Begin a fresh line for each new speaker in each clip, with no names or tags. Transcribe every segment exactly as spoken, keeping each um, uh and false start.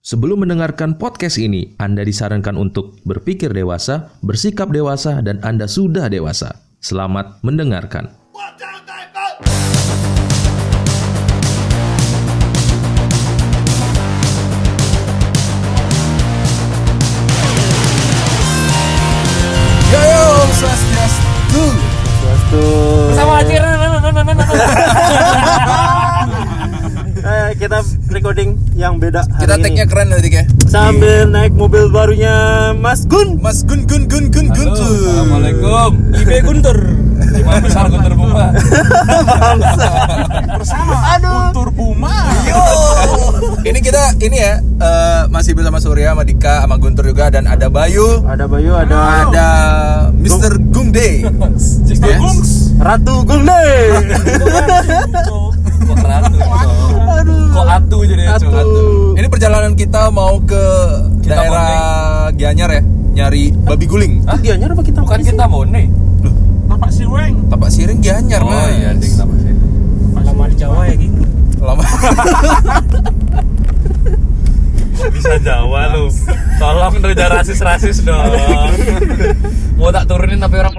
Sebelum mendengarkan podcast ini, Anda disarankan untuk berpikir dewasa, bersikap dewasa, dan Anda sudah dewasa. Selamat mendengarkan.
Yo yo, swastiastu.
Swastiastu.
Bersama Acir.
Eh, kita recording yang beda hari
Kita
ini.
tag-nya keren nanti ya.
Sambil naik mobil barunya Mas Gun.
Mas Gun Gun Gun Gun Guntur.
Assalamualaikum. Ibe Guntur. Imam besar Guntur Puma.
Bersama
Aduh.
Guntur Puma. Yo. Ini kita ini ya uh, masih bersama Surya, sama Dika, sama Guntur juga, dan ada Bayu.
Ada Bayu, ada
Ada mister Gungde.
mister
Yes.
Gungs.
Ratu Gungde.
Kok ratu?
Aduh.
Kok atu jadi
Atu.
atu?
Ini perjalanan kita mau ke
Kita
daerah Gianyar ya, nyari babi guling.
Itu dia nyari apa kita?
Bukan kita mau nih.
Tapak Siweng.
Tapak Siring Gianyar,
Oh
Mas.
iya, ding apa sih?
Lama di Jawa ya gitu.
Lama.
Bisa Jawa lu. Tolong reda rasis-rasis dong. Mau tak turunin tapi orang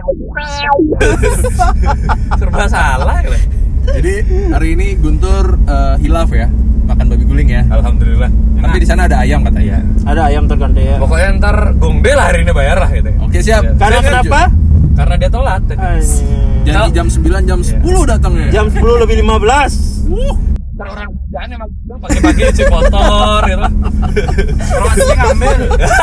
serba salah ya.
Jadi hari ini Guntur uh, hilaf ya, makan babi guling ya.
Alhamdulillah.
Tapi di sana ada ayam katanya.
Ada ayam tergante ya.
Pokoknya ntar Gongde lah hari ini bayar lah gitu.
Oke siap.
Ya.
Karena
Saya
kenapa?
Karena dia telat tadi.
Anjing.
Janji jam sembilan, jam sepuluh datangnya.
Jam sepuluh lebih lima belas.
Ntar orang kerjaan emang gitu, pagi-pagi cuci motor gitu.
Orang asli ngambil.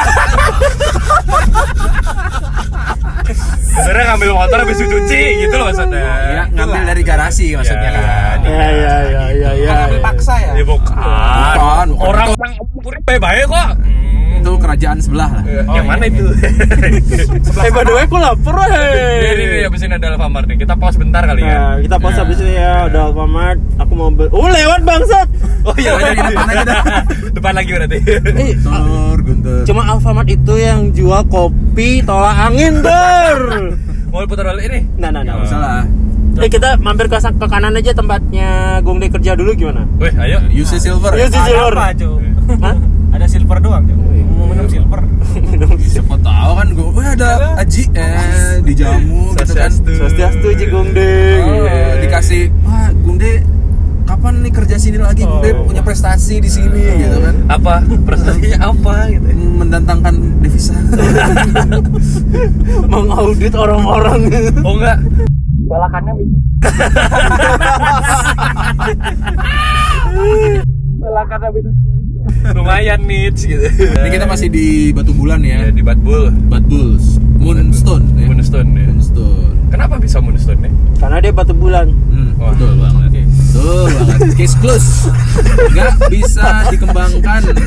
Sebenarnya ngambil motor habis cuci gitu loh maksudnya.
Ya, ngambil dari garasi maksudnya
Ya.
kan.
Ya ya ya ya ya.
Ngambil paksa ya.
Ya bukan.
Bukan, bukan.
Orang orang baik-baik kok.
Itu kerajaan sebelah lah.
Oh, yang mana itu?
Eh, by the way, aku lapar
Ini
hei.
nih abis ini ada Alfamart nih. Kita pause bentar kali ya.
Nah, kita pause
Ya.
habis ini ya, udah Alfamart. Aku mau beli. Oh, lewat bangsat.
Oh iya,
Udah, di depan aja dah.
Depan lagi berarti.
Eh,
Guntur, Guntur.
cuma Alfamart itu yang jual kopi tolak angin, Ber.
Mau putar balik ini?
Nah, nah, nah.
Nggak usah lah.
Eh, kita mampir ke, ke kanan aja tempatnya Gongde kerja dulu gimana?
Weh, ayo.
U C Silver.
Iya,
ya?
sih.
Ada
Silver.
apa, Cuk?
Hah?
Ada silver doang, Cuk. Mau minum silver.
Siapa tahu kan gue, wah ada Aji eh dijamu gitu kan.
Swastiastu.
Swastiastu Ji Gongde.
Oh, dikasih, wah Gungde kapan nih kerja sini lagi? Gungde
Oh.
punya prestasi di sini gitu kan.
Apa? Prestasinya apa gitu?
Mendatangkan devisa.
Mengaudit orang-orang.
Oh enggak. Balakannya minus. Balakannya minus. Lumayan nih gitu.
Ini kita masih di Batu Bulan
ya,
ya.
di Batbul.
Bad Bulls, Moonstone ya.
Moonstone ya.
Moonstone.
Kenapa bisa Moonstone nih?
Karena dia batu bulan.
Hmm,
Wah.
betul banget. Betul banget. Case close. Nggak bisa dikembangkan. Gitu.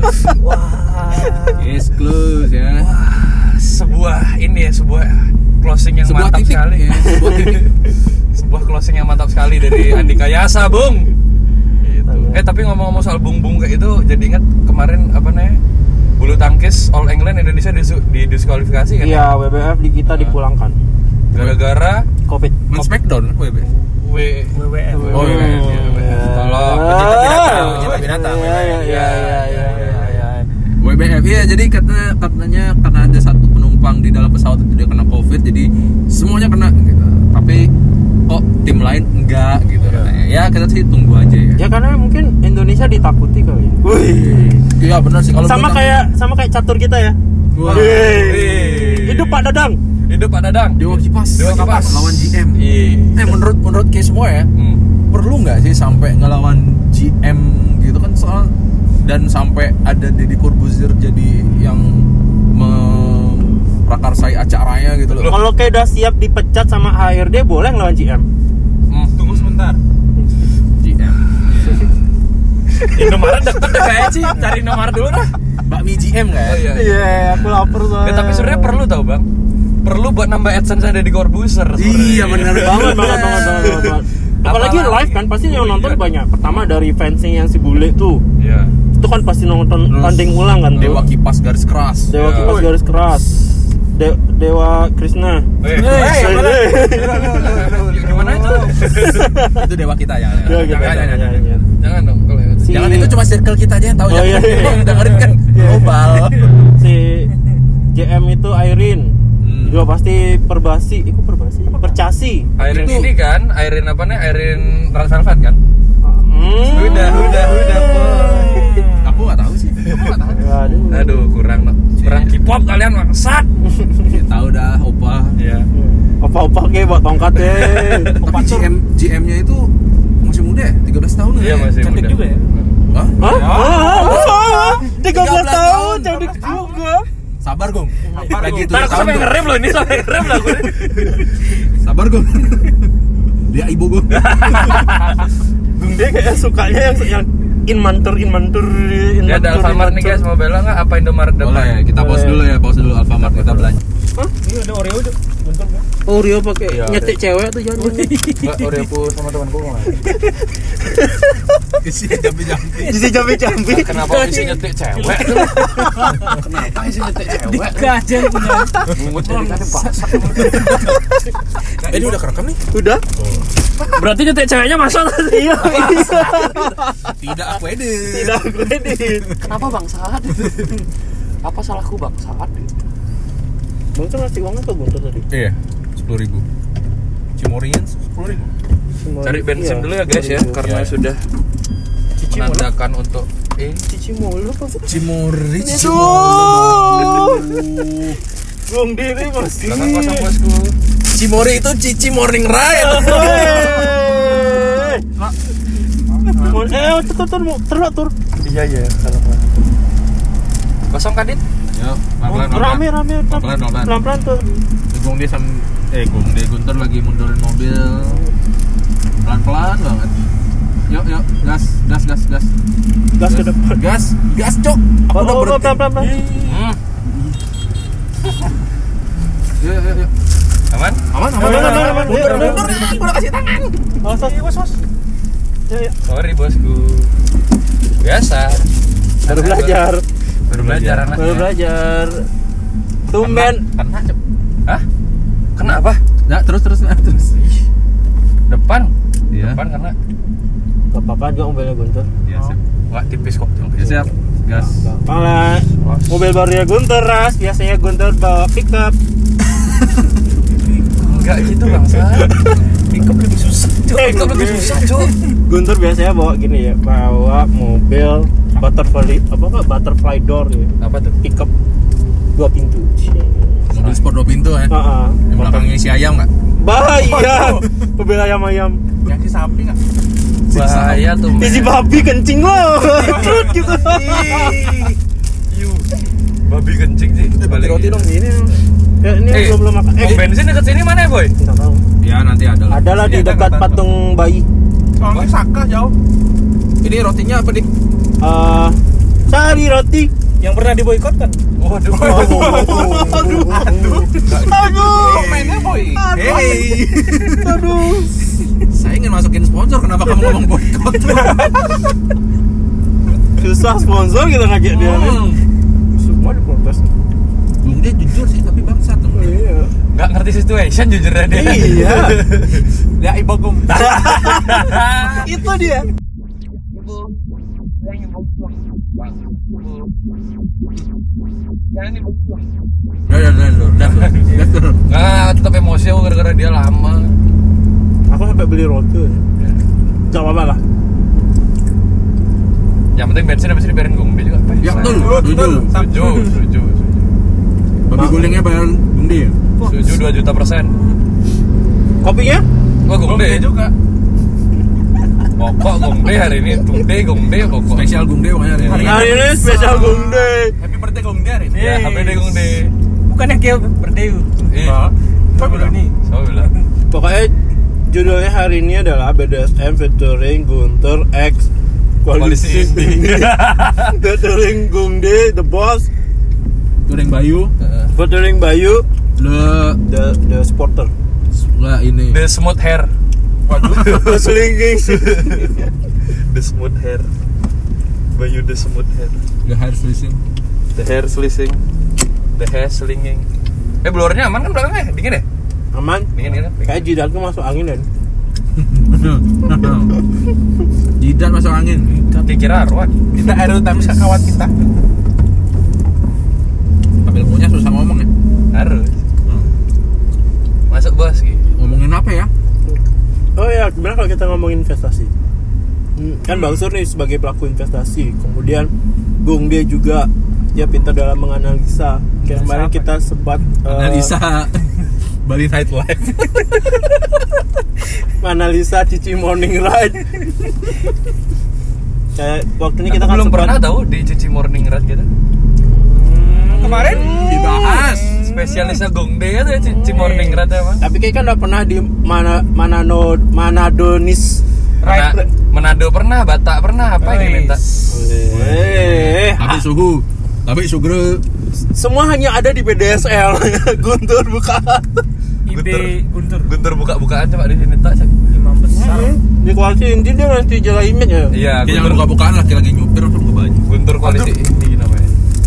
Case close ya.
Sebuah ini ya, sebuah closing yang
Sebuah
mantap
titik
sekali.
ya. Sebuah titik.
Sebuah closing yang mantap sekali dari Andika Yasa, Bung. Gitu. Eh tapi ngomong-ngomong soal bung-bung kayak itu, jadi ingat kemarin apa namanya? Bulu tangkis All England Indonesia disu- didiskualifikasi kan?
Iya, W B F di kita dipulangkan.
Gara-gara
Covid.
Men Smackdown W B.
W
W W F.
Oh iya.
iya, iya. Tolong
Pecinta binatang,
Ah.
pecinta binatang.
Iya, iya, iya, iya, iya, iya, iya.
W B F ya, jadi katanya katanya karena ada satu penumpang di dalam pesawat itu dia kena Covid, jadi semuanya kena gitu. Tapi kok tim lain enggak gitu katanya. Ya kita sih tunggu aja ya.
Ya karena mungkin Indonesia ditakuti kali ya. Wih.
Iya benar sih kalau
Sama
bulu
kayak sama kayak catur kita ya.
Wah.
Wih. Hidup Pak Dadang.
hidup Pak Dadang.
Dewa Kipas.
Dewa Kipas.
lawan G M.
Iya.
Eh menurut menurut kayak semua ya,
Hmm.
perlu nggak sih sampai ngelawan G M gitu kan, soal dan sampai ada Deddy Corbuzier jadi yang memprakarsai acaranya gitu loh.
Kalau kayak udah siap dipecat sama H R D boleh ngelawan G M.
Hmm.
Tunggu sebentar.
G M.
Indomaret deket deh kayaknya sih. Cari Indomaret dulu dah.
Bakmi G M nggak ya?
Oh iya.
Iya, aku lapar soalnya.
Ya, tapi sebenarnya perlu tau bang. Perlu buat nambah AdSense ada di Corbuzier.
Iya benar
banget banget banget banget banget. banget. Apalagi
Apalagi-
live kan pasti yang
Oh,
nonton
iya.
banyak. Pertama dari fansnya yang si bule tuh.
Iya.
Itu kan pasti nonton
Terus
tanding ulang kan tuh.
Dewa Kipas garis keras.
Dewa
Ya.
Kipas garis keras. De- Dewa Krishna.
Eh,
Hey,
eh,
hey,
boleh.
hey.
Gimana itu?
Itu dewa kita ya.
Dewa kita,
Jangan, jangan,
jangan,
jangan.
jangan.
Jangan dong kalau itu.
Si-
Jangan, itu cuma circle kita aja yang tahu
Oh,
ya.
iya, iya.
Yang dengerin kan global.
Si J M itu Airin.
Hmm.
Juga pasti Perbasi, itu Perbasi, Percasi.
Airin
Itu-
ini kan, Airin apa nih? Airin Red Velvet kan?
Hmm.
Udah, udah, udah, boy.
Aku nggak tahu sih. Aku nggak tahu.
Aduh.
Aduh, kurang kurang K-pop kalian maksat.
Ya, tahu dah, opa.
Iya.
Opa-opa kayak buat tongkat deh.
Tapi G M G M-nya itu masih muda ya? tiga belas tahun
Iya,
ya?
masih
Cantik
muda.
juga ya.
Hah?
Hah?
Oh.
tiga belas tahun,
tahun.
cantik juga.
Sabar, Gong. Lagi
Ntar
tujuh
aku
tahun,
sampai
Gong.
ngerem loh ini, sampai ngerem loh aku.
Sabar, Gong. Dia ibu, Gong.
Gung dia kayak sukanya yang yang inmantur inmantur
Ya
inmantur.
ada Alfamart nih guys, mau bela nggak? Apa Indomaret depan?
Boleh, kita pause dulu ya, pause dulu Alfamart kita belanja.
Ini ada Oreo juga. Bentar kan.
Oreo pakai
Iya,
nyetik cewek tuh jangan.
Enggak, Oreo aku sama temanku nggak.
Isinya jampi-jampi.
Jadi jambi-jambi.
Kenapa isi nyetik cewek?
Kenapa isi nyetek cewek?
Aja punya.
Mungut dari tadi paksa.
Eh, ini udah kerekam nih?
Udah?
Berarti nyetik ceweknya masuk.
Iya.
Tidak aku edit.
Tidak gue edit.
Kenapa bangsat? Apa salahku bangsat?
Bang tuh ngasih uangnya ke Guntur tadi.
Iya, sepuluh ribu. Cimorian sepuluh ribu.
Cari bensin
Iya,
dulu ya guys ya,
sepuluh ribu.
karena
Iya.
sudah menandakan untuk eh
Cici mulu apa sih?
Cimori.
Aduh. Gung diri masih.
belakang kosong bosku.
Cimori itu Cici Morning Ride.
Hei. Eh, tur tur tur tur.
Iya iya, salah. Kosong kan, Dit?
Yuk,
Rame rame
Pelan-pelan, pelan-pelan.
pelan-pelan tuh.
Gong dia sam eh Gong dia Guntur lagi mundurin mobil. Pelan-pelan banget. Yuk, yuk, gas, gas, gas, gas.
Gas ke depan.
Gas, gas, Cok. Aku
Oh,
udah
oh,
berhenti.
pelan pelan pelan.
Hmm.
Yuk, yuk, yuk.
Aman?
Aman, aman,
Aman,
aman,
aman,
aman.
aman.
Mundur,
Ayo,
mundur, aku udah kasih tangan.
Awas awas awas, awas. Ya ya.
Sorry bosku. Biasa.
Baru belajar.
Baru belajar anaknya.
Baru belajar. Tumben.
Kena, Cok.
Hah? Kenapa?
Nah, terus, terus, nah, terus.
Depan.
Iya.
Depan karena
Gak apa-apa juga mobilnya Guntur.
Iya, siap.
nggak tipis kok.
Ya, siap. Gas.
Gampang lah.
Ras.
Mobil barunya Guntur Ras. Biasanya Guntur bawa pickup.
Enggak gitu bangsa. Pickup lebih susah, Cok.
Eh,
Pickup lebih susah, Cok.
Guntur biasanya bawa gini ya, bawa mobil butterfly apa enggak butterfly door ya.
Apa tuh?
Pickup dua pintu.
Mobil sport dua pintu ya.
Heeh.
Yang belakangnya isi ayam nggak?
Bahaya. Mobil ayam-ayam.
Yang si sapi nggak?
Bahaya tuh. men.
Isi babi kencing loh. Trut gitu.
Iu. Babi kencing sih.
Bagi roti dong.
Ini ya, ini
Eh,
belum belum makan.
Pom bensin deket sini mana ya, Boy?
Enggak tahu.
Ya, nanti ada lah.
Ada lah di
Ini ada
dekat
nggak,
patung bayi.
Soalnya Saka jauh.
Ini rotinya apa, Dik?
Eh, sari roti.
Yang pernah diboikot kan?
Waduh.
Aduh, aduh, aduh.
Mainnya boy. Hey.
Aduh.
Saya ingin masukin sponsor, kenapa kamu ngomong boykot?
Susah sponsor kita ngajak dia.
Hmm.
Semua diprotes.
Belum, dia jujur sih, tapi bangsat tuh.
Iya.
Nggak ngerti situation jujur aja dia.
Iya.
Ya, ibogum.
Itu dia.
Ya, ya, ya, ya, ya,
Nggak, tetap emosi aku gara-gara dia lama.
Aku sampai beli roti. Gak apa-apa lah.
Yang penting bensin habis ini biarin Gongde juga.
Ya, betul, betul.
Setuju, setuju, setuju.
Babi gulingnya bayar Gungdi ya?
Setuju dua juta persen.
Kopinya?
Gua Gongde
juga.
Pokok Gongde hari ini, Gongde, Gongde, pokok.
Spesial Gungdi pokoknya hari ini.
Hari ini spesial Gongde.
Happy birthday Gongde hari ini.
Ya, H P D Gongde.
Bukan yang kayak birthday.
Iya.
Kau bilang nih.
Saya bilang.
Pokoknya judulnya hari ini adalah B D S M featuring Guntur X
Koalisi Inti.
featuring Gongde The Boss,
Turing Bayu,
featuring Bayu
le,
the the supporter.
nggak ini.
The smooth hair.
The slinging.
The smooth hair. Bayu the smooth hair.
The hair slicing.
The hair slicing. The hair slinging. Eh, blowernya aman kan belakangnya? Dingin ya?
Aman.
Dingin kan?
Kayak jidatku masuk angin dan.
Jidat masuk angin.
Dikira arwah.
Kita aerodinamis kawan kita.
Ambil punya susah ngomong ya.
Harus. Masuk bos gitu.
Ngomongin apa ya?
Oh ya, gimana kalau kita ngomongin investasi? Hmm, kan Bang Sur nih sebagai pelaku investasi, kemudian Bung dia juga dia pintar dalam menganalisa. Kayak kemarin kita sempat uh,
Analisa Bali Nightlife.
menganalisa Cici Morning Ride. Kayak waktu ini kita
Aku
kan
belum
sempat
pernah tahu di Cici Morning Ride gitu.
Kemarin
Dibahas.
Spesialisnya Gongde itu ya Cici Morning Ride emang.
tapi kayak kan udah pernah di mana Manado Manadonis.
Mena-
Right.
Manado pernah, Batak pernah, apa yang
Wih.
diminta?
Eh,
Tapi sugu. Tapi sugre.
semua hanya ada di B D S L. Guntur buka.
I B Guntur
Guntur buka-bukaan coba di sini tak.
imam besar.
Di kualitas inti dia nanti jalan image ya.
Iya,
Dia jangan
Guntur,
buka-bukaan laki-laki nyupir langsung ke baju.
Guntur koalisi inti namanya.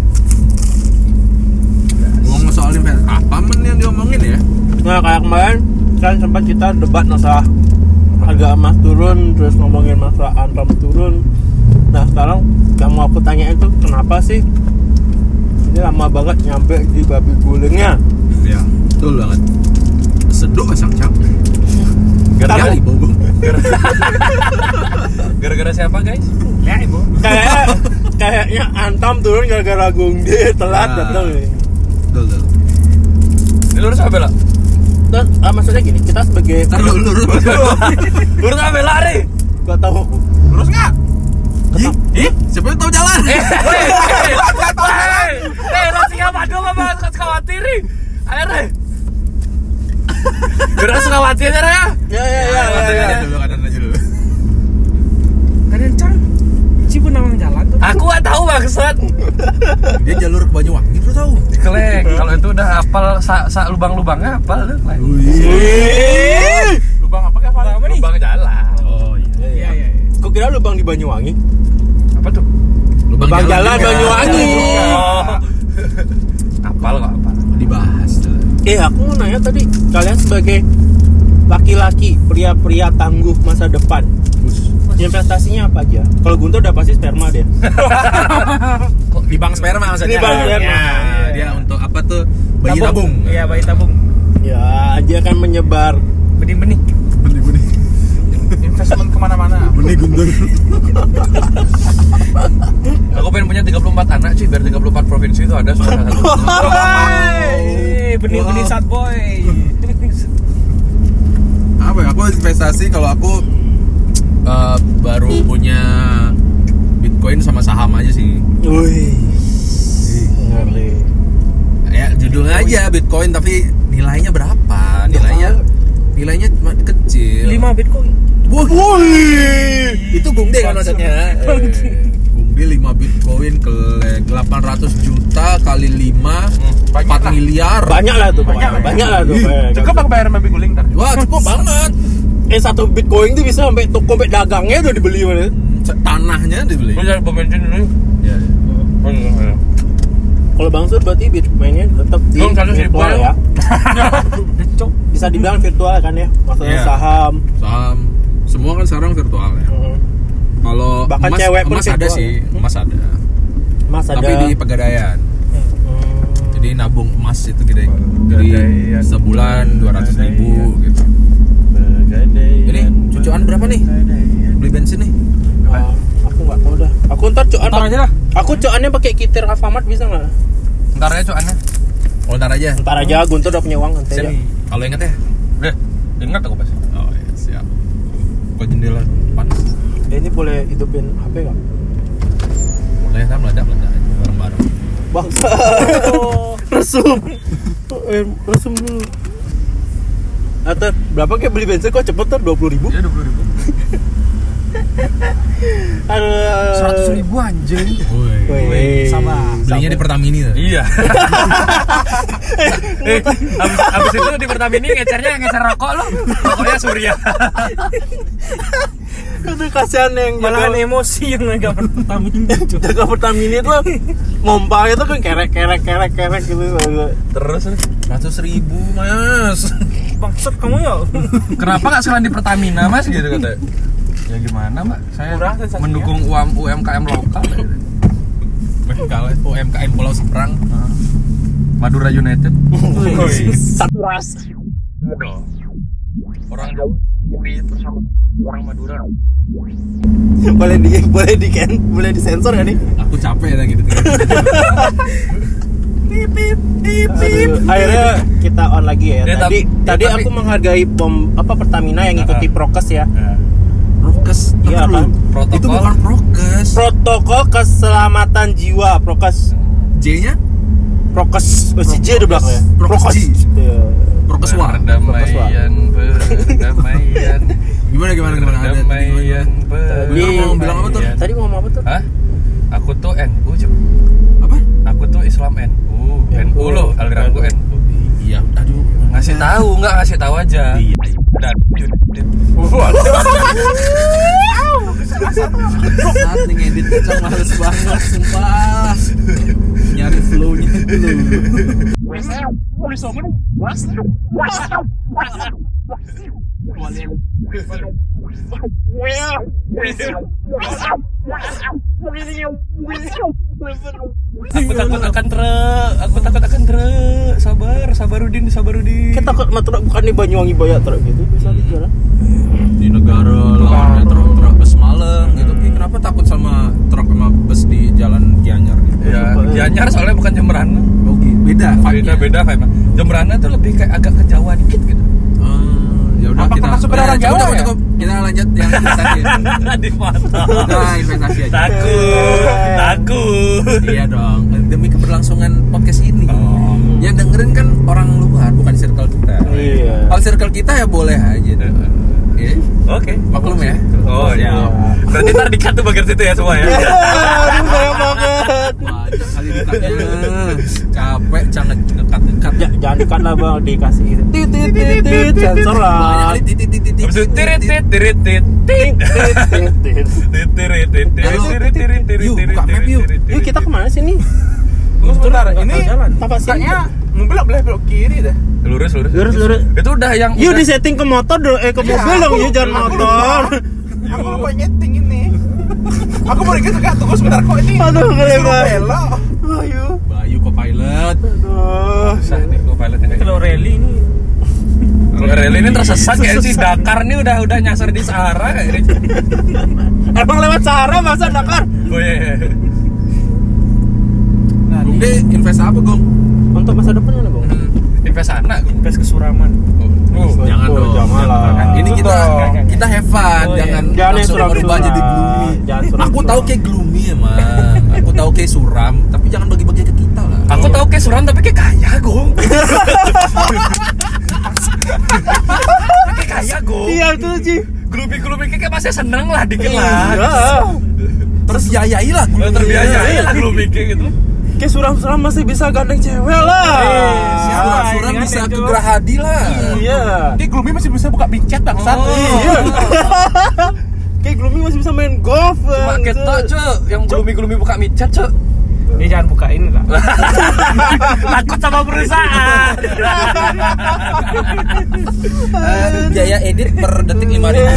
Ngomong soal investasi, apa men yang diomongin ya?
Nah kayak kemarin kan sempat kita debat masalah harga emas turun, terus ngomongin masalah antam turun. Nah sekarang yang mau aku tanyain tuh kenapa sih ini lama banget nyampe di babi gulingnya?
Ya, betul banget. Seduk asang cap. Gara-gara
Tahu.
ibu.
Gara-gara siapa guys?
Ya ibu.
Kayak kayaknya antam turun gara-gara Gongde telat
Nah.
datang nih.
Betul, betul.
Ini lurus apa belok?
Terus ah, maksudnya gini, kita sebagai
Ntar lu lurus.
Lurus apa lari?
gak tahu
Lurus enggak? Ih, ih, siapa yang tahu jalan?
Eh, hei, hei, hei, hei, lo singa madu apa khawatir? Ayo, Re. Gerak suka khawatir ya, Re.
ya ya ya ya, ya.
Kanan dulu, kanan aja dulu.
Kan cang. Ci pun namang jalan tuh.
Aku gak tahu maksud.
Dia jalur ke Banyuwangi, lu tahu?
Kelek, kalau itu udah hafal sa, sa lubang-lubangnya hafal tuh. Kelek.
Wih,
Lubang apa kayak apa nih?
Lubang jalan.
Oh iya.
Iya iya.
kok kira lubang di Banyuwangi?
Apa tuh?
Lubang jalan
juga.
Banyuwangi.
Oh. Hafal kok hafal.
Dibahas.
Eh aku mau nanya tadi, kalian sebagai laki-laki, pria-pria tangguh masa depan, investasinya apa aja? Kalau Guntur udah pasti sperma deh.
Di bank sperma maksudnya.
Di bank sperma.
Ya, dia untuk apa tuh? Bayi tabung.
Iya bayi tabung.
Ya, dia akan menyebar.
Benih-benih.
Benih-benih.
Investment kemana-mana.
Benih guntur.
Aku pengen punya tiga puluh empat anak cuy, biar tiga puluh empat provinsi itu ada salah satu.
Hey, benih-benih
Wow.
sad boy.
Apa ya? Aku investasi kalau aku eh, baru punya Bitcoin sama saham aja sih.
Wih. Ngeri.
Ya judulnya aja Bitcoin tapi nilainya berapa? Nilainya nilainya cuma kecil.
lima Bitcoin.
Wih.
Itu Gongde kan maksudnya. Eh, Gongde lima Bitcoin ke delapan ratus juta kali lima
banyak
empat
lah.
miliar.
Banyak lah tuh,
Banyak
banyak,
lah.
banyak lah tuh.
Ih,
banyak.
Cukup aku bayar babi guling ntar.
Wah, cukup banget.
Eh satu Bitcoin tuh bisa sampai toko sampai dagangnya udah dibeli mana?
Tanahnya dibeli.
Gue cari pom bensin dulu.
Ya.
Oh, iya.
Kalau Bang Sur berarti Bitcoinnya tetap di
Bang, satu ribu
virtual
ya.
ya.
Cok.
Bisa dibilang virtual kan ya, maksudnya
Iya.
saham.
Saham semua kan sekarang virtual ya.
Hmm.
Kalau
Bahkan
emas,
cewek pun
emas ada
virtual
sih,
ya.
emas ada.
Mas ada.
Tapi di Pegadaian.
Hmm.
Jadi nabung emas itu gede. Jadi
Pegadaian.
sebulan dua ratus ribu gitu. Ini cucuan berapa nih? Beli bensin nih?
Ah, aku nggak tahu dah. Aku ntar cuan.
Ntar aja lah.
Aku cuannya pakai kitir Alfamart bisa nggak?
Ntar aja cuannya.
Oh, ntar aja.
Ntar aja, Guntur udah punya uang nanti aja.
Kalau inget ya.
Udah, ingat aku pasti.
Oh iya, siap. Buka jendela panas.
Eh, ini boleh hidupin H P nggak?
Boleh kan meledak meledak aja bareng-bareng.
Bangsa. Resum. Eh, resum dulu. Atau berapa kayak beli bensin kok cepet tuh dua puluh ribu?
Iya, dua puluh ribu.
Aduh.
Seratus ribu anjing.
Woi.
Wih.
Sama.
Belinya di Pertamini tuh.
Iya. eh, abis, abis itu di Pertamini ngecernya ngecer rokok lo. Rokoknya Surya.
Aduh kasihan yang
Malahan
jaga,
emosi yang agak Pertamina.
jaga Pertamini tuh ngompa itu kan kerek kerek kerek kerek gitu.
Terus
Seratus ribu mas.
bangsat kamu ya.
Kenapa nggak sekalian di Pertamina mas gitu kata. Ya gimana mbak, saya
Murah sensasinya.
mendukung U M K M lokal ya.
U M K M Pulau Seberang.
Madura United.
Satu ras.
Aduh. Orang Jawa di bersama orang Madura.
Boleh di boleh di kan, boleh disensor ya nih.
Aku capek ya gitu.
Pip pip pip pip. Akhirnya kita on lagi ya.
Ya,
Tadi
tapi-
tadi
ya, tapi-
aku menghargai pom apa Pertamina yang ngikuti
Uh-uh.
prokes ya.
Prokes.
Iya,
Bentar
kan?
dulu.
Protokol.
Itu bukan prokes.
Protokol keselamatan jiwa, prokes.
J-nya
Prokes, oh, si J di belakangnya.
Prokes.
Iya.
Prokes war.
Perdamaian, perdamaian.
Gimana gimana gimana ada.
Perdamaian,
Tadi
mau bilang apa tuh?
perdamaian.
Tadi mau ngomong apa tuh?
Hah? Aku tuh N U, Cep.
Apa?
Aku tuh Islam N U.
Ya,
N U loh, aliranku N U.
Iya, aduh.
Ngasih tahu, nggak ngasih tahu aja.
Iya.
Dan
Saat nih ngedit kecang males banget sumpah. Nyari flow-nya dulu.
aku takut akan truk, aku takut akan truk. Sabar, sabarudin, sabarudin.
Kita takut matruk bukan di Banyuwangi Bayak truk gitu bisa di jalan.
Di negara lawannya truk-truk bus Malang gitu. Ki, kenapa takut sama truk sama bus di jalan Gianyar gitu?
Ya, Gianyar soalnya bukan Jemberana.
Oh, gitu. Beda,
Beda,
vibe-nya.
beda vibe. Jemberana tuh lebih kayak agak ke Jawa dikit gitu.
Hmm, ya udah
Apa
kita
pernah sepeda orang
cukup,
Jawa
cukup,
ya?
cukup. Kita lanjut yang investasi.
Di foto.
Nah, investasi aja.
Takut, takut.
Iya dong, demi keberlangsungan podcast ini.
Oh.
Yang dengerin kan orang luar, bukan circle kita.
Iya.
Kalau circle kita ya boleh aja. Iya.
Oke.
Maklum ya.
Oh iya. Berarti ntar di-cut tuh bagian situ ya semua ya.
Aduh banyak banget.
Banyak kali dikatnya. Capek jangan dekat-dekat.
Ja- jangan dikat lah bang, dikasih gitu. Tit tit tit tit sensor
Banyak
lah.
kali titit titit
Habis itu tirit tit tirit tit tit
Tit tit tit.
tit tirit tit tirit tirit tirit tirit
Yuk,
tirit
buka map yuk.
tirit,
Yuk kita kemana sih nih?
Tunggu sebentar, ini
Apa sih?
kayaknya mobil boleh belok kiri dah.
lurus lurus
Lurus lurus.
itu udah yang
Yuk
udah-
di setting ke motor dulu, eh ke
Iya,
mobil dong,
aku-
yuk jangan
aku
motor.
Aku lupa nyeting ini. Aku baru gitu kan, tunggu sebentar kok ini.
Aduh,
disuruh
kelebat.
belok.
Ayo.
Bayu co-pilot.
Aduh.
Susah nih gua pilotnya kayak
Kalau rally ini
Kalau rally ini tersesat kayak si Dakar nih udah udah nyasar di Sahara kayak ini.
Emang lewat Sahara masa Dakar?
Oh iya.
Bung De, invest apa, Gong?
Untuk masa depan mana bang?
Invest sana gua.
invest ke Suraman.
Oh,
Jangan
Oh,
dong.
jangan lah.
Ini kita
dong.
kita have fun,
Oh, iya.
jangan
Jangan yang
langsung
suram-suram.
berubah jadi gloomy.
Jangan suram-suram.
Aku tahu kayak gloomy emang. Aku tahu kayak suram, tapi jangan bagi-bagi ke kita lah.
Aku tahu kayak suram tapi kayak kaya, Gong. Kayak kaya, Gong.
Iya itu sih.
Gloomy-gloomy kayak pasti seneng lah dikit lah.
Iya.
Terus yayai lah
Udah
gloomy.
terbiayai lah gloomy kayak gitu.
Kayak suram-suram masih bisa gandeng cewek lah.
Suram suram
Ingat
bisa
itu.
ke Gerahadi lah.
Iya.
Ini Gloomy masih bisa buka pincet bangsat.
Oh.
Iya. Kayak Gloomy masih bisa main golf.
Cuma
Bang.
kita, Cuk, yang gloomy-gloomy buka micet, Cuk.
Ini jangan bukain lah.
Takut sama perusahaan.
Eh, biaya edit per detik lima ribu.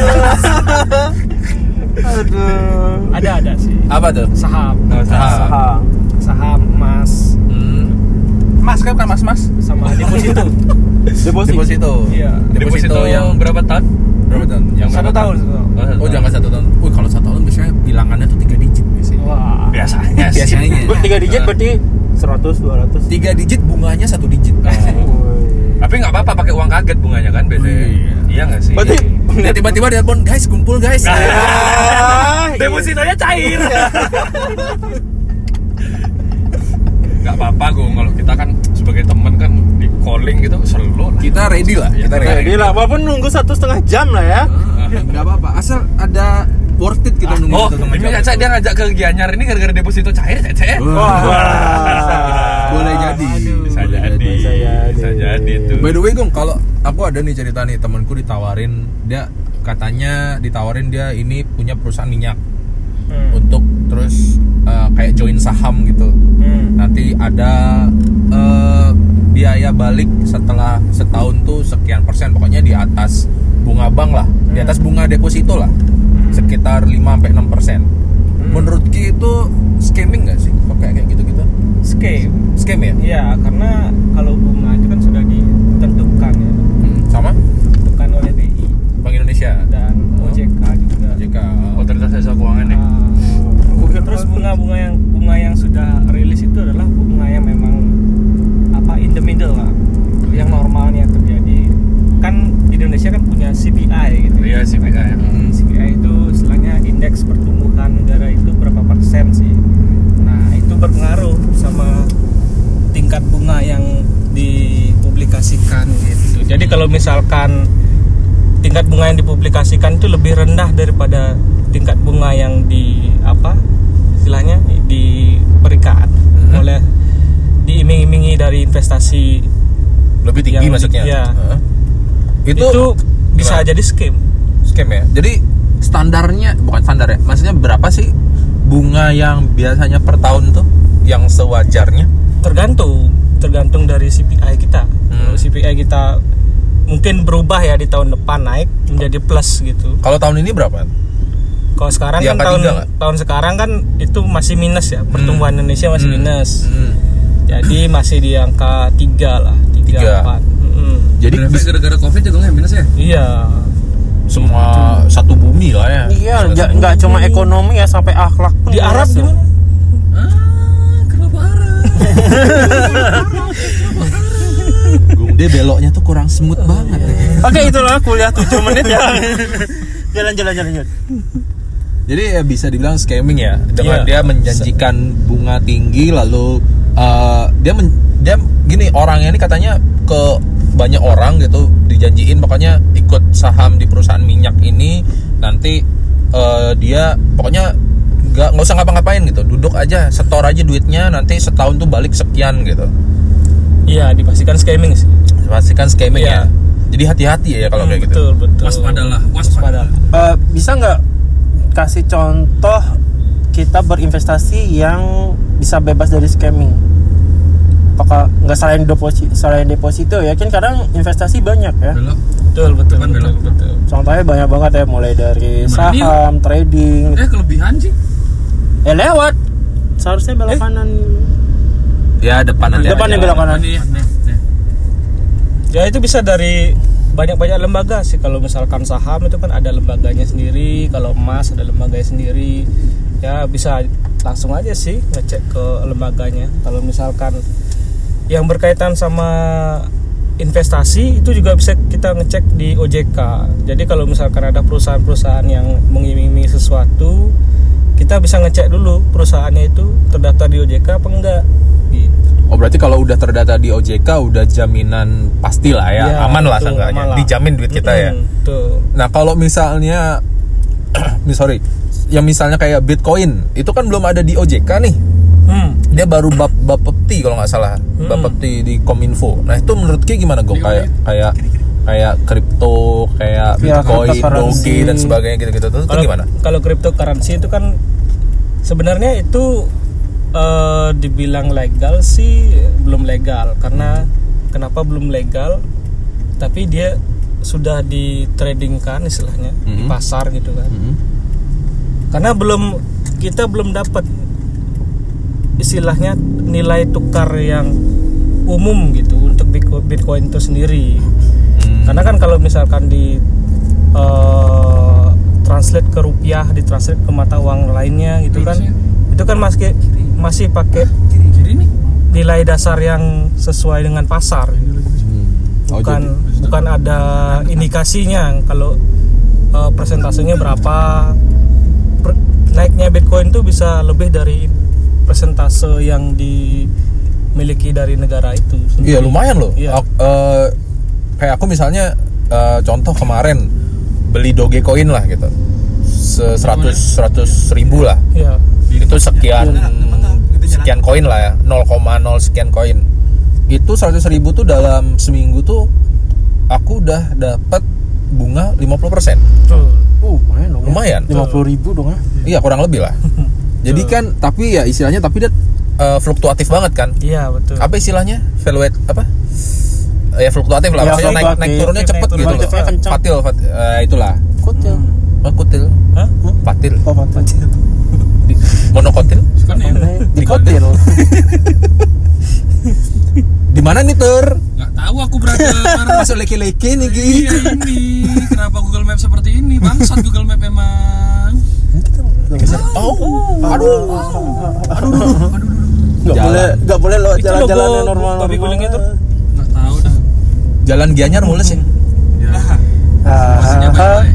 Aduh.
Ada ada sih.
Apa tuh?
Saham,
Oh, saham.
Saham.
saham emas
Hmm.
Mas kan bukan mas-mas sama deposito.
Deposito.
Deposito.
Iya.
Deposito yang berapa tahun?
berapa tahun?
Yang
Satu
berapa
tahun. satu.
Oh, jangan satu tahun. Wih, kalau satu tahun biasanya bilangannya tuh tiga digit biasanya.
Wah.
Biasanya sih.
Biasanya.
Buat tiga digit berarti seratus dua ratus.
Tiga digit bunganya satu digit.
Tapi nggak apa-apa pakai uang kaget bunganya kan biasanya.
Iya.
Iya nggak sih?
Berarti
Nah, tiba-tiba dia telepon, guys, kumpul guys.
Ah,
Depositonya cair. Nggak apa-apa gue kalau kita kan sebagai teman kan di calling gitu selalu lah.
Kita ready lah, kita
iya.
ready.
Jadi lah, walaupun nunggu satu setengah jam lah ya.
Enggak apa-apa, asal ada worth it kita nunggu
Oh,
satu setengah
ini
jam.
Caca dia ngajak ke Gianyar ini gara-gara deposito cair, Caca.
Wah. Boleh jadi.
Bisa
Boleh
jadi.
Bisa jadi.
Bisa jadi tuh.
By the way, Gong, kalau aku ada nih cerita nih, temanku ditawarin, dia katanya ditawarin dia ini punya perusahaan minyak
Hmm.
untuk terus uh, kayak join saham gitu.
Hmm.
Nanti ada uh, dia biaya balik setelah setahun tuh sekian persen, pokoknya di atas bunga bank lah, di atas bunga deposito lah, sekitar lima sampai enam persen. Menurut Ki itu scamming nggak sih? Kok kayak kayak gitu-gitu?
Scam.
Scam ya?
Iya, karena kalau bunga itu kan sudah ditentukan ya.
Hmm, sama?
Ditentukan oleh B I
Bank Indonesia
dan O J K juga.
O J K.
Otoritas Jasa Keuangan ya.
Ah, terus bunga-bunga yang bunga yang sudah rilis itu adalah bunga yang memang apa in the middle lah, yang normalnya terjadi. Kan Indonesia kan punya C P I gitu.
Iya, C P I.
Hmm, C P I itu istilahnya indeks pertumbuhan negara itu berapa persen sih. Nah, itu berpengaruh sama tingkat bunga yang dipublikasikan gitu. Jadi kalau misalkan tingkat bunga yang dipublikasikan itu lebih rendah daripada tingkat bunga yang di apa istilahnya diberikan hmm. oleh diiming-imingi dari investasi
lebih tinggi
yang,
maksudnya.
Ya.
Uh-huh. Itu,
itu bisa
gimana?
jadi scam.
Scam ya. Jadi standarnya bukan standar ya. Maksudnya berapa sih bunga yang biasanya per tahun tuh yang sewajarnya?
Tergantung, tergantung dari C P I kita.
Hmm.
Kalau C P I kita mungkin berubah ya di tahun depan naik menjadi plus gitu.
Kalau tahun ini berapa?
Kalau sekarang
Di
kan
angka
tahun
tiga nggak?
tahun sekarang kan itu masih minus ya, pertumbuhan
Hmm.
Indonesia masih
Hmm.
minus.
Hmm.
Jadi masih di angka tiga lah,
Tiga.
tiga empat. Hmm.
Jadi
Berefek gara-gara Covid juga nggak minus ya?
Iya.
semua satu bumi lah ya.
Iya, ja- nggak cuma ekonomi ya, sampai akhlak pun.
Di Arab
masuk.
gimana?
Ah, kenapa Arab?
Gung dia beloknya tuh kurang smooth banget.
Oke, itulah kuliah tujuh menit ya. Jalan jalan jalan jalan.
Jadi ya bisa dibilang scamming ya, dengan
Iya.
dia menjanjikan bunga tinggi lalu uh, dia men, dia gini, orangnya ini katanya ke banyak orang gitu dijanjiin pokoknya ikut saham di perusahaan minyak ini nanti uh, dia pokoknya nggak nggak usah ngapa-ngapain gitu, duduk aja setor aja duitnya nanti setahun tuh balik sekian gitu.
Iya, dipastikan scamming sih.
Pastikan scamming
Iya.
ya. Jadi hati-hati ya kalau
Hmm,
kayak gitu.
betul, betul.
Waspadalah, waspada.
Uh, bisa nggak kasih contoh kita berinvestasi yang bisa bebas dari scamming? Apakah nggak selain deposito, selain deposito ya, kan kadang investasi banyak ya.
Belok.
Betul, betul,
Depan
betul,
belok.
betul.
Contohnya banyak banget ya, mulai dari
Gimana nih,
saham, trading.
Eh, kelebihan sih.
Eh lewat, seharusnya belok
Eh?
kanan.
Ya depan aja.
Depan yang belok kanan.
Nih, nih, nih.
Ya itu bisa dari banyak-banyak lembaga sih. Kalau misalkan saham itu kan ada lembaganya sendiri, kalau emas ada lembaganya sendiri. Ya bisa langsung aja sih ngecek ke lembaganya. Kalau misalkan yang berkaitan sama investasi itu juga bisa kita ngecek di O J K. Jadi kalau misalkan ada perusahaan-perusahaan yang mengiming-imingi sesuatu, kita bisa ngecek dulu perusahaannya itu terdaftar di O J K apa enggak gitu.
Oh berarti kalau udah terdata di O J K udah jaminan pasti lah ya,
Ya,
aman lah
betul,
seenggaknya,
aman lah.
dijamin duit kita ya.
Mm-mm, betul.
Nah kalau misalnya, nih sorry, yang misalnya kayak Bitcoin itu kan belum ada di O J K nih,
Hmm.
dia baru bab Bapepti kalau nggak salah,
Hmm.
Bapepti di Kominfo. Nah itu menurut Ki gimana Go? Kayak kayak kayak kripto, kayak
Ya,
Bitcoin,
cryptocurrency.
Doge dan sebagainya gitu-gitu tuh, itu
Kalau
gimana?
kalau cryptocurrency itu kan sebenarnya itu eh, dibilang legal sih belum legal. Karena kenapa belum legal? Tapi dia sudah ditradingkan istilahnya di
Mhm.
pasar gitu kan.
Mhm.
Karena belum kita belum dapat istilahnya nilai tukar yang umum gitu untuk Bitco- Bitcoin itu sendiri.
Hmm.
Karena kan kalau misalkan di eh, translate ke rupiah, ditranslate ke mata uang lainnya gitu kan, itu kan masih masih pakai
Kiri nih.
nilai dasar yang sesuai dengan pasar,
Oh,
bukan
jadi-
bukan ada indikasinya kalau eh, persentasenya berapa. Per- naiknya Bitcoin itu bisa lebih dari persentase yang dimiliki dari negara itu sendiri.
Iya lumayan loh.
Iya.
Ak- eh, kayak aku misalnya eh, contoh kemarin beli Dogecoin lah gitu, seratus seratus ribu lah.
Iya.
Itu sekian sekian koin lah ya, nol koma nol sekian koin. Itu seratus ribu tuh dalam seminggu tuh aku udah dapat bunga lima puluh persen.
Betul.
Uh, lumayan dong.
Lumayan.
lima puluh ribu dong ya.
Iya kurang lebih lah. Jadi kan tapi ya istilahnya tapi dia uh, fluktuatif banget kan.
Iya betul.
Apa istilahnya? Valuate apa? Uh, ya fluktuatif lah.
Ya,
Maksudnya naik
fluktuatif.
naik turunnya
Naik
cepet
turun
gitu loh.
cepet, kencang.
Fatil, fatil uh, itulah.
Kutil.
Oh, kutil.
Hah?
Fatil.
Oh, fatil.
Di- Monokotil.
Kan ya?
Di kutil.
Di mana nih Tur?
Nggak tahu aku brother.
Masuk leki-leki nih Gi.
Iya ini. Kenapa Google Map seperti ini? Bangsat Google Map emang.
Oh, aduh.
Nggak
Jalan.
boleh, nggak boleh lo
Itu
jalan-jalan
logo
yang normal.
babi guling itu.
Nggak tahu dah.
Jalan Gianyar mulus ya.
Ya.
Ah,
Maksudnya baik-baik.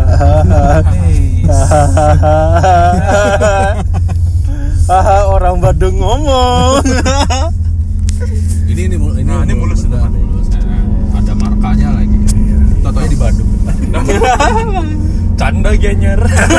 Haha, orang Badung ngomong.
Ini ini mul- ini,
Nah, ini mulus
sudah mulus. Ada markanya lagi. Totonya di Bandung.
Canda Gianyar.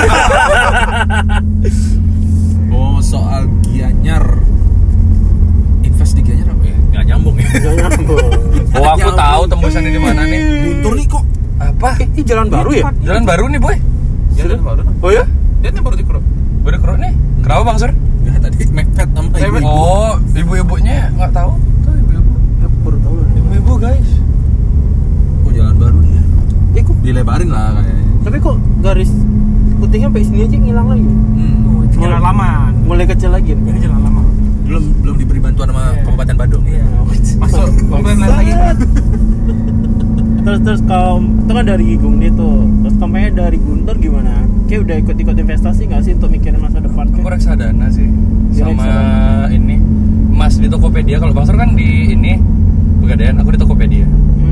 Oh, soal Gianyar. Invest di Gianyar apa ya? Nggak nyambung ya.
Nggak nyambung.
Oh aku tahu tembusannya di mana nih.
Guntur nih kok.
Apa?
Ini jalan baru ya?
Jalan baru nih boy.
Jalan baru.
Oh ya?
Dia nih baru dikeruk.
Baru keruk nih. Kenapa bang Sur?
Nggak tadi mepet sama ibu.
Oh ibu-ibunya nggak tahu. Tuh ibu-ibu.
Aku baru tahu loh.
Ibu-ibu guys.
Oh, jalan baru nih ya.
Eh, kok,
Dilebarin lah kayaknya.
tapi kok garis putihnya sampai sini aja ngilang lagi?
Hmm.
Jalan lama.
Mulai kecil lagi.
Ini jalan lama.
Belum belum diberi bantuan sama
Iya.
Kabupaten Badung.
Iya.
Masuk komplain lain lagi.
Terus terus kalau itu kan dari Gungdi tuh, terus kampanye dari Guntur gimana? Kayak udah ikut-ikut investasi nggak sih untuk mikirin masa depan?
Aku reksadana sih.
Di
Sama
reksadana.
ini emas di Tokopedia. Kalau bang Sur kan di ini Pegadaian. Aku di Tokopedia.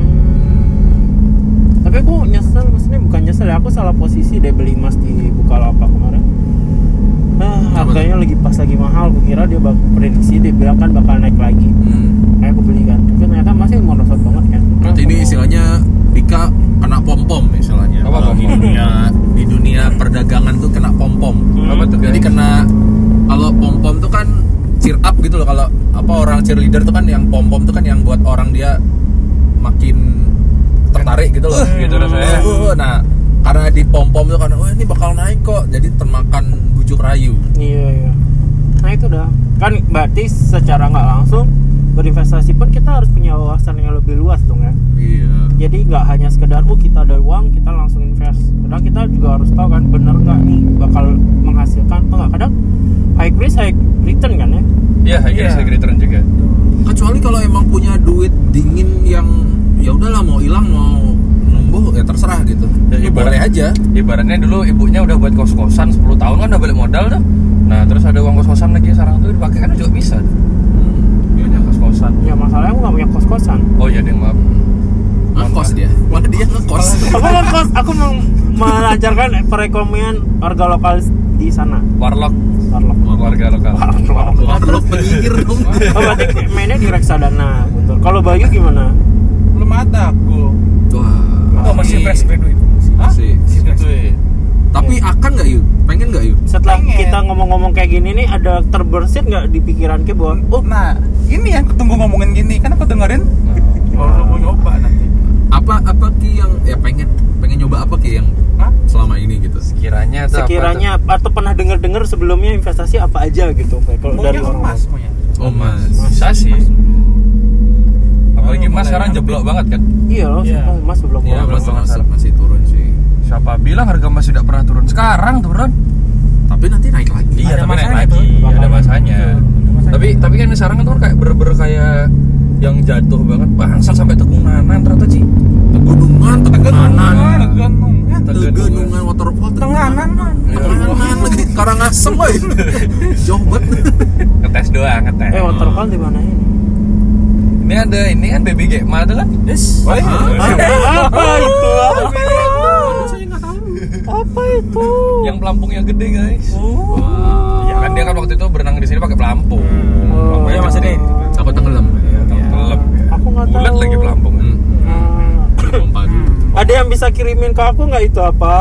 Hmm. Tapi aku nyesel, maksudnya bukan nyesel ya, aku salah posisi deh beli emas di Bukalapak kemarin. Ah, harganya lagi pas lagi mahal, aku kira dia bak prediksi dia bilang kan bakal naik lagi.
Hmm.
Kayak aku beli kan, tapi ternyata masih merosot banget kan.
Berarti ini istilahnya Dika kena pom-pom istilahnya.
Apa
Kalau di
pom-pom?
dunia di dunia perdagangan tuh kena pom-pom.
Hmm.
Apa tuh
Jadi
guys?
kena kalau pom-pom tuh kan cheer up gitu loh. Kalau apa orang cheerleader tuh kan yang pom-pom tuh kan yang buat orang dia makin tertarik gitu loh.
Gitu rasanya.
Uh, Nah, karena di pom-pom tuh kan, wah ini bakal naik kok. Jadi termakan bujuk rayu.
Iya iya. Nah itu dah kan berarti secara nggak langsung berinvestasi pun kita harus punya wawasan yang lebih luas dong ya.
Iya.
Jadi nggak hanya sekedar oh kita ada uang kita langsung invest. Kadang kita juga harus tahu kan bener nggak nih bakal menghasilkan atau nggak. Kadang high risk high return kan ya.
Iya, high risk high return juga.
Kecuali kalau emang punya duit dingin yang ya udahlah mau hilang mau numbuh ya terserah gitu.
Ya,
Ya,
ibarat-
boleh aja.
Ibaratnya dulu ibunya udah buat kos-kosan sepuluh tahun kan udah balik modal tuh. Nah, terus ada uang kos-kosan lagi sekarang tuh dipakai kan juga bisa. Dia punya kos-kosan.
Ya masalahnya aku nggak punya kos kosan.
Oh iya deh, maaf.
Ngekos dia. Mana dia ngekos.
Aku ngekos, aku mau melancarkan perekonomian warga lokal di sana.
Warlock,
Warlock.
warga lokal.
Warlock penyihir dong.
Oh berarti mainnya di reksadana, betul. Kalau Bayu gimana?
Belum ada aku.
Wah.
Oh masih fresh graduate.
Masih.
Itu ya.
Tapi akan nggak yuk? Pengen nggak yuk?
Setelah
Pengen.
kita ngomong-ngomong kayak gini nih, ada terbersit nggak di pikiran ke bahwa oh
Nah, ini yang ketunggu ngomongin gini kan aku dengerin. Kalau mau nyoba nanti.
Apa apa ki yang ya pengen pengen nyoba apa ki yang
Hah?
selama ini gitu?
Sekiranya tuh apa
sekiranya atau pernah dengar-dengar sebelumnya investasi apa aja gitu Pak, kalau dari
Maunya
orang
emas maunya.
Oh mas.
tuh? Bisa sih. Apalagi
Baru
Mas
mulai
sekarang
yang
jeblok banget kan.
iya loh
Iya.
sumpah emas belum
Iya
orang.
masih, masih, masih turun sih.
Siapa bilang harga emas tidak pernah turun? Sekarang turun.
Tapi nanti naik lagi.
Iya,
Ada
tapi naik
masanya
lagi.
tuh.
Iya, ada
Bakal-
masanya.
Betul, ada masanya.
Tapi tapi kan sekarang kan tuh kayak bener-bener kayak yang jatuh banget. Bangsat sampai tekunganan ternyata Ci.
Pegunungan, tegenanan,
Tegenungan.
tegenungan waterfall,
Tenganan man.
tegenungan lagi Karangasem boy. Jauh banget.
Ngetes doang, ngetes.
Eh waterfall di mana ini?
Ini ada ini kan baby Gekma tuh kan.
Yes.
Oh, iya.
apa itu?
Aduh, saya nggak tahu.
Apa itu?
Yang pelampungnya gede, guys.
Oh.
Ya kan dia kan waktu itu berenang di sini pakai pelampung.
Oh,
Iya masih deh.
Takut tenggelam.
Tenggelam.
Aku nggak tahu.
Bulat lagi pelampung.
Hmm.
Hmm.
Pompa dulu.
Ada yang bisa kirimin ke aku nggak itu apa?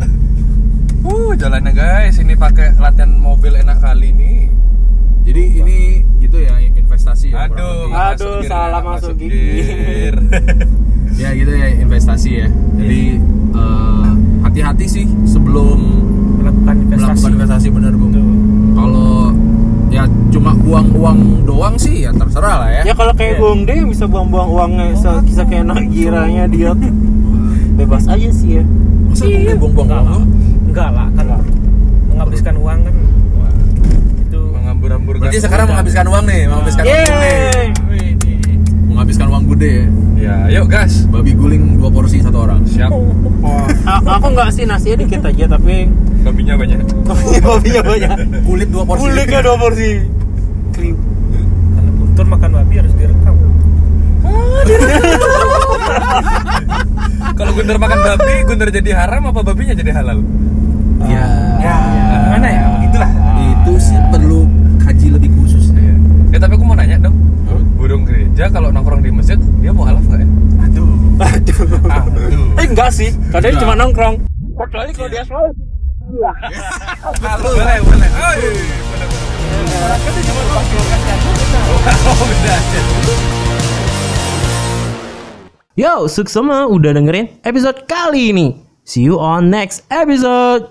Uh, jalannya guys, ini pakai latihan mobil enak kali nih.
Jadi ini gitu ya investasi ya.
Aduh,
kurang lebih.
Aduh,
masuk gear,
salah masuk gigi.
gear.
Ya gitu ya investasi ya. Jadi eh, hati-hati sih sebelum
Melakukan investasi.
melakukan investasi benar Bung. Kalau ya cuma buang uang doang sih ya terserah lah ya.
Ya kalau kayak Bung D yang bisa buang-buang uangnya bisa kayak anak giranya dia bebas aja sih ya.
Masa iya. buang-buang
Enggak
uang?
lah. Enggak lah kan menghabiskan uang kan. Wah, itu
Menghambur-hamburkan.
Berarti sekarang menghabiskan uang nih, menghabiskan uang nih. Menghabiskan uang gede ya.
Ya, yuk gas.
Babi guling dua porsi satu orang.
Siap.
Oh, a- aku nggak sih nasinya dikit aja tapi
Babinya banyak.
babinya banyak.
Kulit dua porsi.
Kulitnya dua porsi. Krim.
kalau Guntur makan babi harus direkam.
Kalau Guntur makan babi, Guntur jadi haram apa babinya jadi halal?
Ya.
Ya, gimana ya? Begitulah.
Itu sih perlu kaji lebih khusus.
Iya. Ya tapi aku mau nanya dong. Burung gereja kalau nongkrong di masjid dia mau halaf nggak ya?
Aduh.
Aduh.
Aduh.
Eh enggak sih, kadang cuma nongkrong. Kecuali kalau dia sholat.
Kalau boleh boleh. Oh, iya, boleh boleh.
Kan dia cuma nongkrong.
Oh, beda aja.
Yo, sukses semua udah dengerin episode kali ini. See you on next episode.